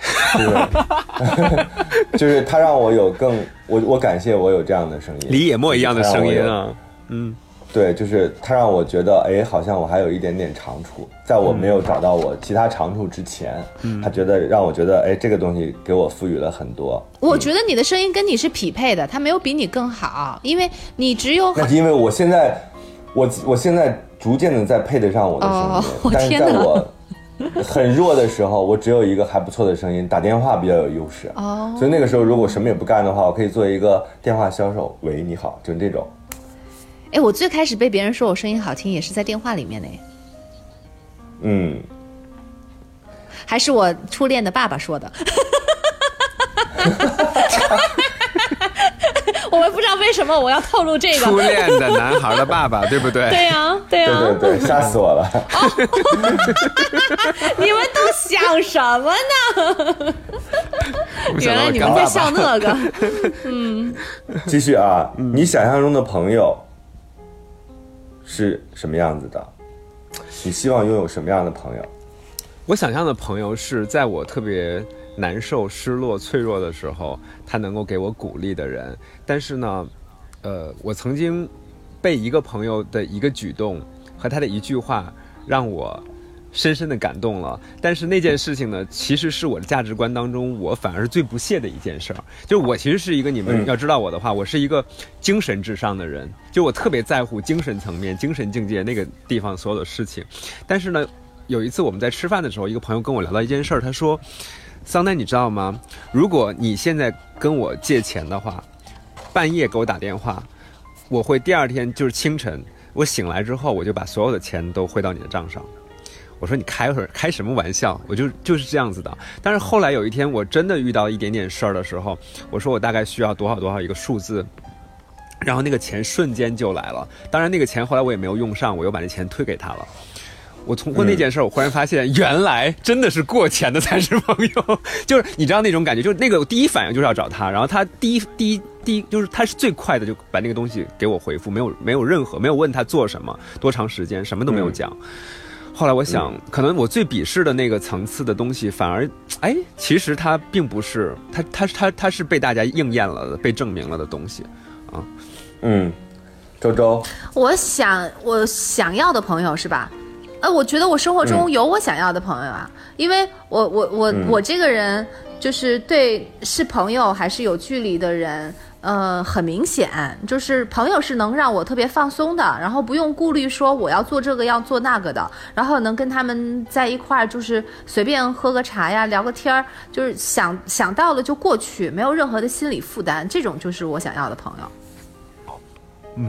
就是他让我有我感谢我有这样的声音， 李野墨一样的声音啊。 对，就是他让我觉得，好像我还有一点点长处，在我没有找到我其他长处之前，他让我觉得，这个东西给我赋予了很多。 我觉得你的声音跟你是匹配的，他没有比你更好，因为你只有。 那是因为我现在逐渐的在配得上我的声音，但是在我很弱的时候，我只有一个还不错的声音，打电话比较有优势。所以那个时候如果什么也不干的话，我可以做一个电话销售，喂，你好，就是这种。 我最开始被别人说我声音好听也是在电话里面的。还是我初恋的爸爸说的。我们不知道为什么我要透露这个初恋的男孩的爸爸，对不对？ 对呀，对呀， 对，吓死我了！ 你们都想什么呢？原来你们在笑那个。 继续啊，你想象中的朋友是什么样子的？你希望拥有什么样的朋友？ 我想象的朋友是在我特别难受、失落、脆弱的时候，他能够给我鼓励的人。但是呢，我曾经被一个朋友的一个举动和他的一句话让我深深的感动了。但是那件事情呢，其实是我的价值观当中我反而是最不屑的一件事儿。就是我其实是一个，你们要知道我的话，我是一个精神至上的人，就我特别在乎精神层面、精神境界那个地方所有的事情。但是呢，有一次我们在吃饭的时候，一个朋友跟我聊到一件事儿，他说：“桑丹，你知道吗？如果你现在跟我借钱的话，半夜给我打电话，我会第二天就是清晨，我醒来之后，我就把所有的钱都汇到你的账上。”我说：“你开什么玩笑？我就是这样子的。”但是后来有一天，我真的遇到一点点事儿的时候，我说我大概需要多少一个数字，然后那个钱瞬间就来了。当然，那个钱后来我也没有用上，我又把那钱退给他了。我通过那件事，我忽然发现，原来真的是过钱的才是朋友。就是你知道那种感觉，就是那个第一反应就是要找他，然后他第一就是他是最快的就把那个东西给我回复，没有问他做什么，多长时间，什么都没有讲。后来我想，可能我最鄙视的那个层次的东西，反而，其实它并不是，它是被大家应验了的，被证明了的东西，啊， 周周， 我想要的朋友是吧？我觉得我生活中有我想要的朋友啊，因为我这个人就是对是朋友还是有距离的人。很明显，就是朋友是能让我特别放松的，然后不用顾虑说我要做这个要做那个的，然后能跟他们在一块儿，就是随便喝个茶呀，聊个天儿，就是想到了就过去，没有任何的心理负担，这种就是我想要的朋友。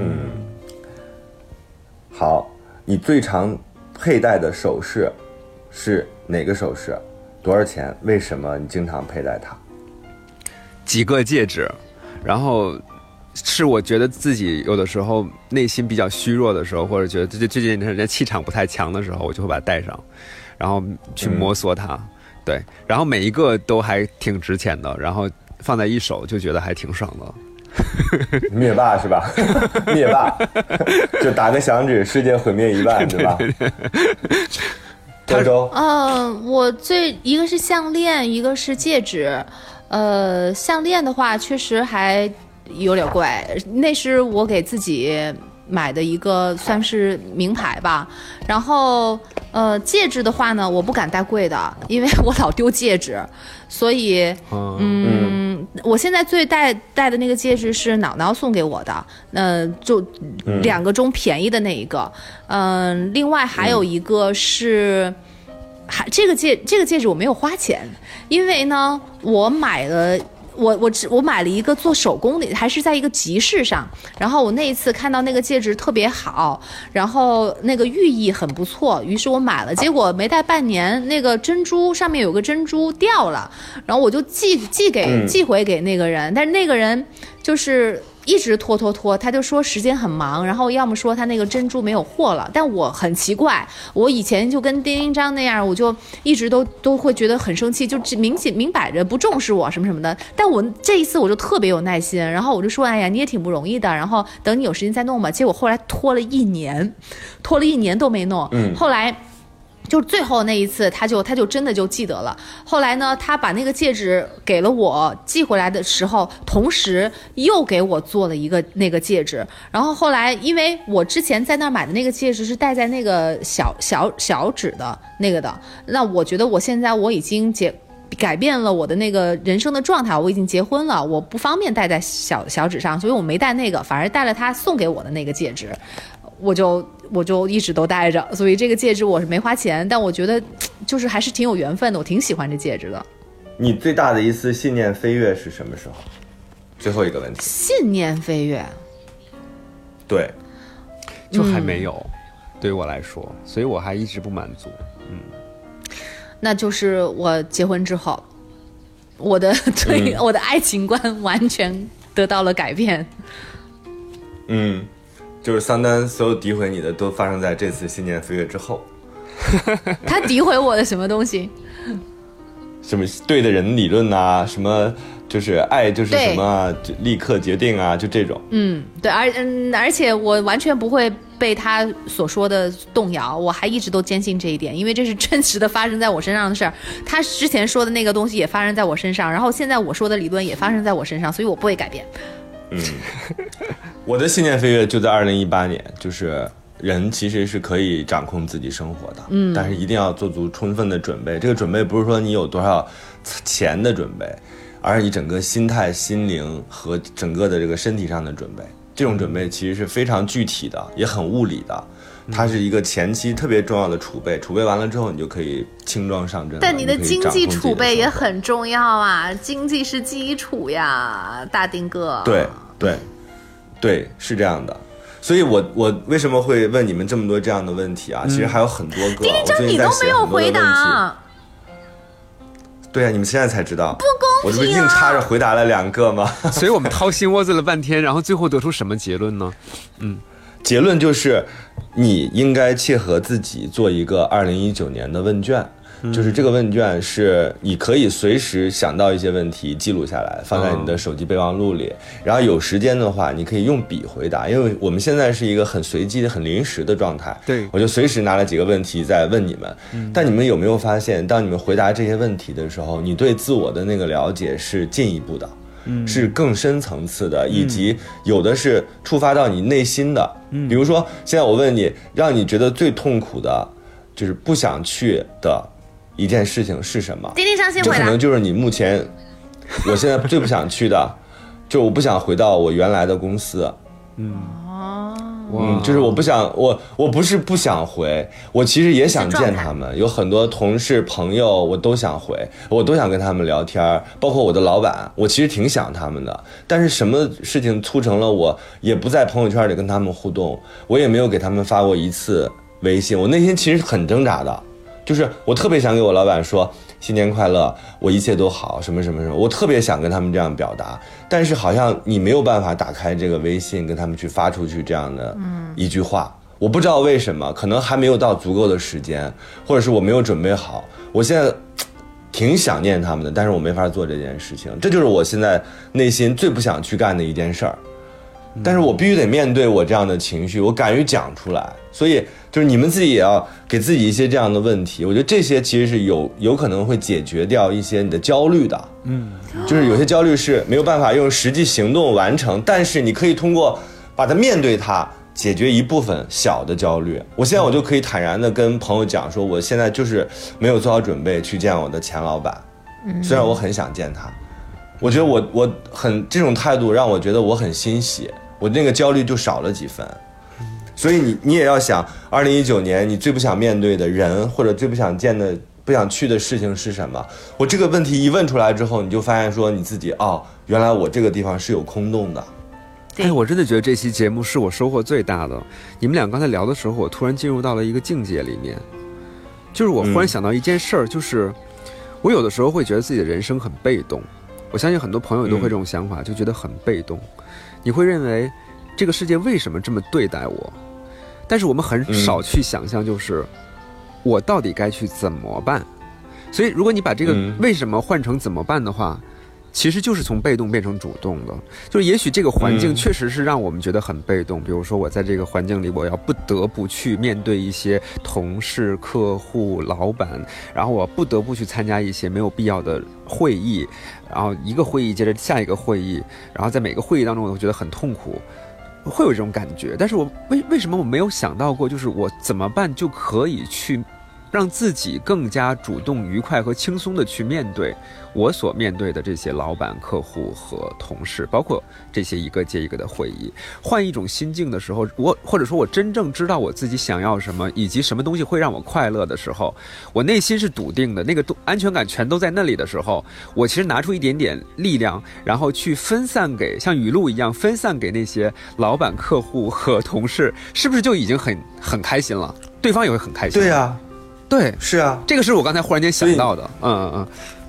好，你最常佩戴的首饰是哪个首饰？多少钱？为什么你经常佩戴它？ 几个戒指。然后是我觉得自己有的时候内心比较虚弱的时候，或者觉得最近一段时间气场不太强的时候，我就会把它戴上，然后去摩挲它。对，然后每一个都还挺值钱的，然后放在一手就觉得还挺爽的。 灭霸是吧？灭霸就打个响指，世界毁灭一半，对吧？周周， 我一个是项链，一个是戒指。项链的话确实还有点贵，那是我给自己买的一个算是名牌吧。然后戒指的话呢，我不敢戴贵的，因为我老丢戒指，所以我现在最戴的那个戒指是脑脑送给我的，就2个中便宜的那一个。另外还有一个是。这个戒指我没有花钱，因为呢，我买了一个做手工的，还是在一个集市上。然后我那一次看到那个戒指特别好，然后那个寓意很不错，于是我买了。结果没戴半年，那个珍珠上面有个珍珠掉了，然后我就寄回给那个人，但是那个人就是一直拖，他就说时间很忙，然后要么说他那个珍珠没有货了。但我很奇怪，我以前就跟丁丁章那样，我就一直都会觉得很生气，就明摆着不重视我什么什么的。但我这一次我就特别有耐心，然后我就说，哎呀，你也挺不容易的，然后等你有时间再弄吧。结果后来拖了一年都没弄，后来。就最后那一次，他就真的就记得了。后来呢，他把那个戒指给了我，寄回来的时候，同时又给我做了一个那个戒指。然后后来，因为我之前在那儿买的那个戒指是戴在那个小指的那个的，那我觉得我现在我已经改变了我的那个人生的状态，我已经结婚了，我不方便戴在小指上，所以我没戴那个，反而戴了他送给我的那个戒指。我就一直都戴着，所以这个戒指我是没花钱，但我觉得就是还是挺有缘分的，我挺喜欢这戒指的。 你最大的一次信念飞跃是什么时候？最后一个问题。 信念飞跃？ 对， 就还没有，对于我来说，所以我还一直不满足。 那就是我结婚之后，我的爱情观完全得到了改变。 就是桑丹所有诋毁你的都发生在这次新年飞跃之后。 他诋毁我的什么东西？ 什么对的人理论啊，什么就是爱就是什么就立刻决定啊，就这种。 对，而且我完全不会被他所说的动摇，我还一直都坚信这一点，因为这是真实的发生在我身上的事儿。他之前说的那个东西也发生在我身上，然后现在我说的理论也发生在我身上，所以我不会改变。 我的新年飞跃就在2018年，就是人其实是可以掌控自己生活的，但是一定要做足充分的准备。这个准备不是说你有多少钱的准备，而是你整个心态、心灵和整个的这个身体上的准备。这种准备其实是非常具体的，也很物理的。它是一个前期特别重要的储备，储备完了之后，你就可以轻装上阵。 但你的经济储备也很重要啊，经济是基础呀，大丁哥。 对，是这样的。所以我为什么会问你们这么多这样的问题啊？其实还有很多个。丁一章你都没有回答。 对啊，你们现在才知道， 不公平啊！ 我这不硬插着回答了2个吗？ 所以我们掏心窝子了半天，然后最后得出什么结论呢？ 结论就是你应该切合自己做一个2019年的问卷。就是这个问卷是你可以随时想到一些问题记录下来，放在你的手机备忘录里，然后有时间的话你可以用笔回答，因为我们现在是一个很随机的很临时的状态， 对， 我就随时拿了几个问题在问你们。但你们有没有发现，当你们回答这些问题的时候，你对自我的那个了解是进一步的，是更深层次的，以及有的是触发到你内心的。比如说现在我问你，让你觉得最痛苦的就是不想去的一件事情是什么？ 丁丁上先回答。 这可能就是你目前，我现在最不想去的，就我不想回到我原来的公司。就是我不想，我不是不想回，我其实也想见他们，有很多同事朋友我都想回，我都想跟他们聊天，包括我的老板，我其实挺想他们的。但是什么事情促成了我也不在朋友圈里跟他们互动，我也没有给他们发过一次微信，我内心其实很挣扎的。就是我特别想给我老板说新年快乐，我一切都好，什么什么什么，我特别想跟他们这样表达，但是好像你没有办法打开这个微信跟他们去发出去这样的一句话，我不知道为什么，可能还没有到足够的时间，或者是我没有准备好，我现在挺想念他们的，但是我没法做这件事情，这就是我现在内心最不想去干的一件事儿。但是我必须得面对我这样的情绪，我敢于讲出来，所以就是你们自己也要给自己一些这样的问题，我觉得这些其实是有可能会解决掉一些你的焦虑的。就是有些焦虑是没有办法用实际行动完成，但是你可以通过把它面对它，解决一部分小的焦虑。我现在我就可以坦然的跟朋友讲说，我现在就是没有做好准备去见我的前老板，虽然我很想见他，我觉得我很这种态度让我觉得我很欣喜，我那个焦虑就少了几分。所以你也要想2019年你最不想面对的人，或者最不想见的不想去的事情是什么。我这个问题一问出来之后，你就发现说你自己原来我这个地方是有空洞的。 我真的觉得这期节目是我收获最大的。你们俩刚才聊的时候，我突然进入到了一个境界里面，就是我忽然想到一件事儿，就是我有的时候会觉得自己的人生很被动，我相信很多朋友都会这种想法，就觉得很被动。你会认为这个世界为什么这么对待我？但是我们很少去想象，就是我到底该去怎么办。所以如果你把这个为什么换成怎么办的话，其实就是从被动变成主动的。就是也许这个环境确实是让我们觉得很被动，比如说我在这个环境里，我要不得不去面对一些同事、客户、老板，然后我不得不去参加一些没有必要的会议，然后一个会议接着下一个会议，然后在每个会议当中我都觉得很痛苦，会有这种感觉。但是我为什么我没有想到过，就是我怎么办就可以去让自己更加主动、愉快和轻松的去面对我所面对的这些老板、客户和同事，包括这些一个接一个的会议。换一种心境的时候，或者说我真正知道我自己想要什么，以及什么东西会让我快乐的时候，我内心是笃定的，那个安全感全都在那里的时候，我其实拿出一点点力量，然后去分散给像雨露一样分散给那些老板、客户和同事，是不是就已经很开心了？对方也会很开心。 对啊。 对， 是啊， 这个是我刚才忽然间想到的。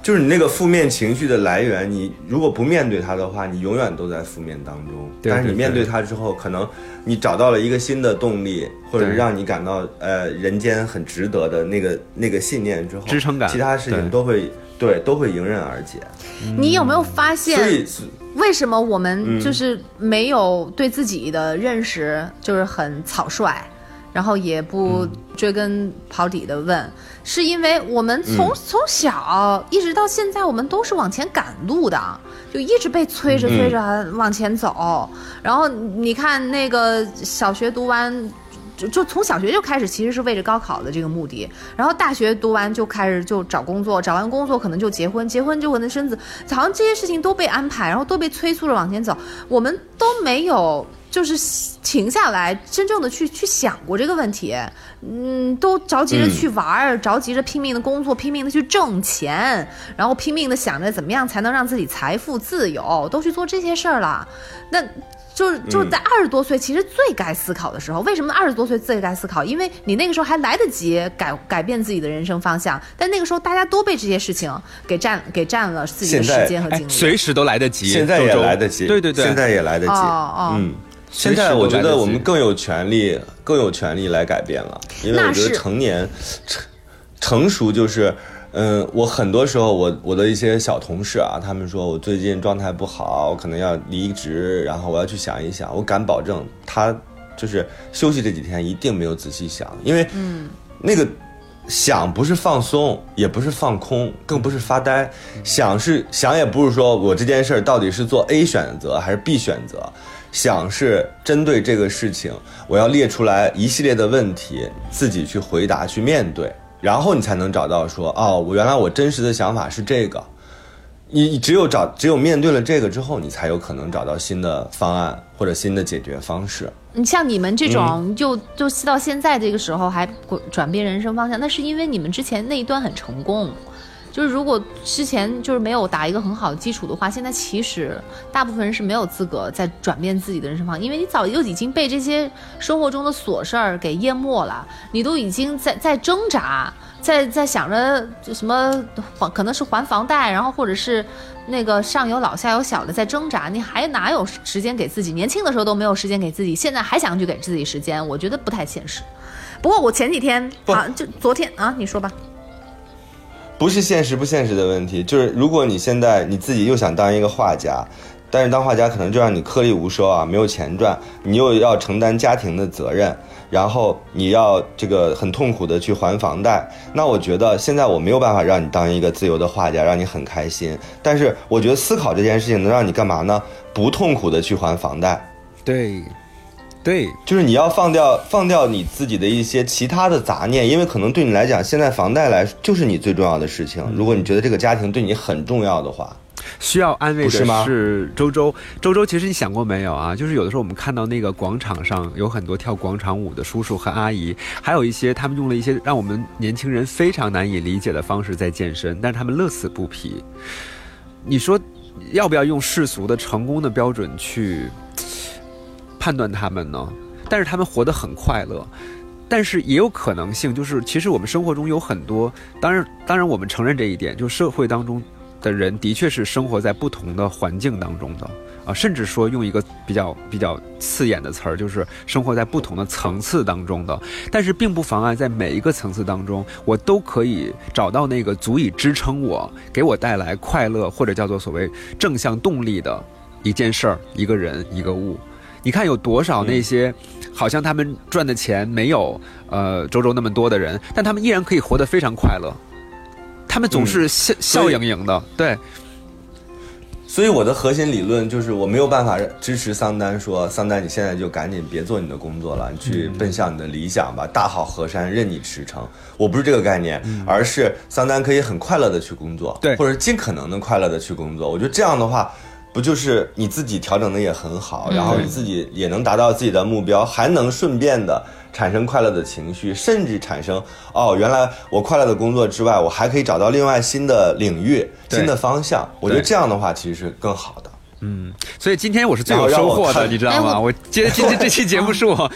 就是你那个负面情绪的来源，你如果不面对它的话，你永远都在负面当中。 对， 但是你面对它之后，可能你找到了一个新的动力，或者让你感到人间很值得的那个信念之后， 支撑感， 其他事情都会迎刃而解。 你有没有发现，为什么我们就是没有对自己的认识就是很草率？然后也不追根刨底的问，是因为我们从小一直到现在，我们都是往前赶路的，就一直被催着往前走。然后你看那个小学读完，就从小学就开始，其实是为着高考的这个目的。然后大学读完就开始就找工作，找完工作可能就结婚，结婚就可能生子，好像这些事情都被安排，然后都被催促着往前走。我们都没有就是停下来真正的去想过这个问题，都着急着去玩，着急着拼命的工作，拼命的去挣钱，然后拼命的想着怎么样才能让自己财富自由，都去做这些事儿了。那就是在20多岁其实最该思考的时候。为什么20多岁最该思考？因为你那个时候还来得及改变自己的人生方向，但那个时候大家都被这些事情给占了自己的时间和精力。 随时都来得及， 现在也来得及， 对， 现在也来得及。现在我觉得我们更有权利来改变了，因为我觉得成熟就是，我很多时候我的一些小同事啊，他们说我最近状态不好，我可能要离职，然后我要去想一想，我敢保证他就是休息这几天一定没有仔细想，因为那个想不是放松，也不是放空，更不是发呆，想也不是说我这件事到底是做 A 选择还是 B 选择。想是针对这个事情，我要列出来一系列的问题，自己去回答去面对，然后你才能找到说，我原来我真实的想法是这个。你只有面对了这个之后，你才有可能找到新的方案或者新的解决方式。 你像你们这种就到现在这个时候还转变人生方向，那是因为你们之前那一段很成功。就是如果之前就是没有打一个很好的基础的话，现在其实大部分人是没有资格再转变自己的人生方向，因为你早就已经被这些生活中的琐事儿给淹没了，你都已经在挣扎，在想着什么可能是还房贷，然后或者是那个上有老下有小的在挣扎，你还哪有时间给自己？年轻的时候都没有时间给自己，现在还想去给自己时间，我觉得不太现实。不过我前几天就昨天你说吧。 不是现实不现实的问题，就是如果你现在你自己又想当一个画家，但是当画家可能就让你颗粒无收啊，没有钱赚，你又要承担家庭的责任，然后你要这个很痛苦的去还房贷。那我觉得现在我没有办法让你当一个自由的画家，让你很开心，但是我觉得思考这件事情能让你干嘛呢？不痛苦的去还房贷。对，就是你要放掉你自己的一些其他的杂念，因为可能对你来讲，现在房贷就是你最重要的事情。如果你觉得这个家庭对你很重要的话， 需要安慰的是周周，其实你想过没有啊？就是有的时候我们看到那个广场上有很多跳广场舞的叔叔和阿姨，还有一些他们用了一些让我们年轻人非常难以理解的方式在健身，但是他们乐此不疲。你说要不要用世俗的成功的标准去判断他们呢？但是他们活得很快乐，但是也有可能性，就是其实我们生活中有很多，当然我们承认这一点，就社会当中的人的确是生活在不同的环境当中的甚至说用一个比较刺眼的词儿，就是生活在不同的层次当中的，但是并不妨碍在每一个层次当中，我都可以找到那个足以支撑我、给我带来快乐或者叫做所谓正向动力的一件事儿、一个人、一个物。你看有多少那些好像他们赚的钱没有周周那么多的人，但他们依然可以活得非常快乐，他们总是笑盈盈的。对， 所以我的核心理论就是我没有办法支持桑丹说，桑丹你现在就赶紧别做你的工作了，你去奔向你的理想吧，大好河山任你驰骋。我不是这个概念，而是桑丹可以很快乐的去工作，对，或者尽可能的快乐的去工作。我觉得这样的话不就是你自己调整的也很好，然后你自己也能达到自己的目标，还能顺便的产生快乐的情绪，甚至产生原来我快乐的工作之外，我还可以找到另外新的领域、新的方向。我觉得这样的话其实是更好的。 所以今天我是最有收获的，你知道吗？我觉得今天这期节目是我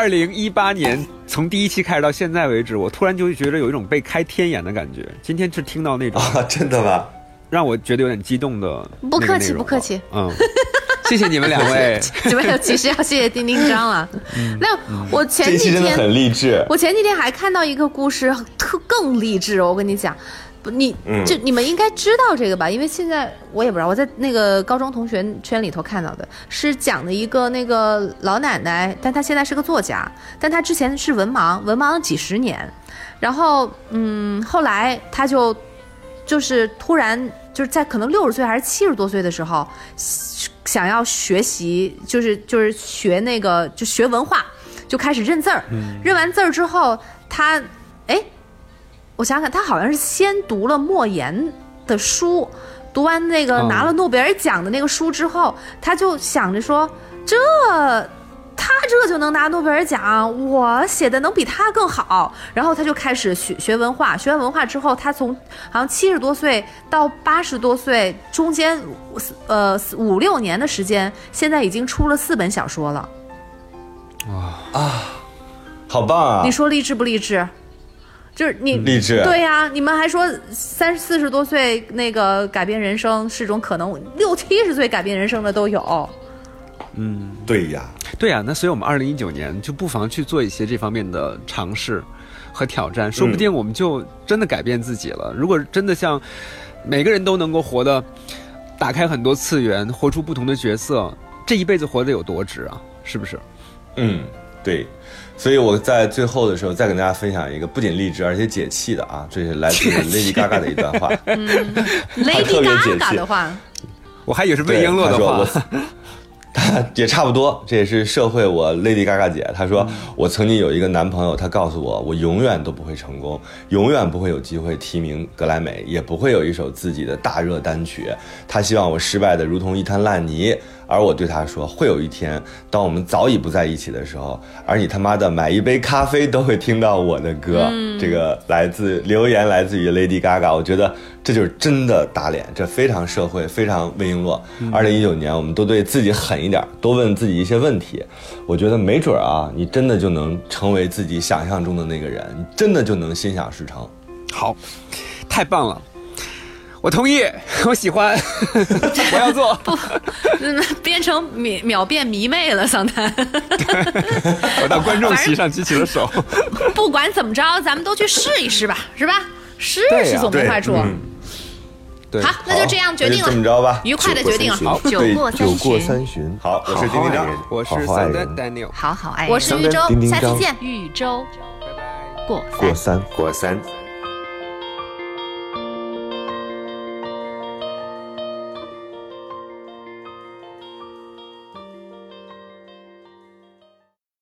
2018年从第一期开始到现在为止，我突然就觉得有一种被开天眼的感觉。今天是听到那种真的吧？ 让我觉得有点激动的。 不客气，不客气。 谢谢你们两位。 没有，其实要谢谢丁丁张了。没有，我前几天这期真的很励志。 我前几天还看到一个故事，更励志。我跟你讲，你们应该知道这个吧？因为现在我也不知道，我在那个高中同学圈里头看到的，是讲的一个那个老奶奶，但她现在是个作家，但她之前是文盲了几十年，然后后来她就是突然就是在可能60岁还是70多岁的时候，想要学习，就是学那个就学文化，就开始认字儿。认完字儿之后，他我想想看，他好像是先读了莫言的书，读完那个拿了诺贝尔奖的那个书之后，他就想着说，他这就能拿诺贝尔奖，我写的能比他更好。然后他就开始学文化，学完文化之后，他从好像70多岁到80多岁中间5-6年的时间，现在已经出了4本小说了。 好棒啊！ 你说励志不励志？就是你励志。 对呀，你们还说30-40多岁那个改变人生是种可能，60-70岁改变人生的都有。 对呀， 那所以我们2019年就不妨去做一些这方面的尝试和挑战，说不定我们就真的改变自己了。如果真的像每个人都能够活得打开很多次元，活出不同的角色，这一辈子活得有多值啊？是不是？ 对。所以我在最后的时候再跟大家分享一个不仅励志而且解气的啊，这是来自 Lady Gaga 的一段话。 Lady Gaga 的话， 我还以为是魏璎珞的话。 也差不多，这也是社会我 Lady Gaga 姐她说，我曾经有一个男朋友，他告诉我永远都不会成功，永远不会有机会提名格莱美，也不会有一首自己的大热单曲，他希望我失败的如同一滩烂泥。而我对他说，会有一天当我们早已不在一起的时候，而你他妈的买一杯咖啡都会听到我的歌。这个留言来自于 Lady Gaga， 我觉得这就是真的打脸，这非常社会，非常魏璎珞。2019年我们都对自己狠一点，多问自己一些问题，我觉得没准啊，你真的就能成为自己想象中的那个人，你真的就能心想事成。 好，太棒了，我同意，我喜欢，我要做。 不，变成秒变迷妹了，桑丹。 我到观众席上举起了手。 不管怎么着，咱们都去试一试吧，是吧？试试总没坏处。 对， 好，那就这样决定了， 这么着吧， 愉快的决定了。 好，酒过三巡。好，我是丁丁张， 我是桑丹 Daniel， 好好爱人，我是豫州，下期见。豫州过三。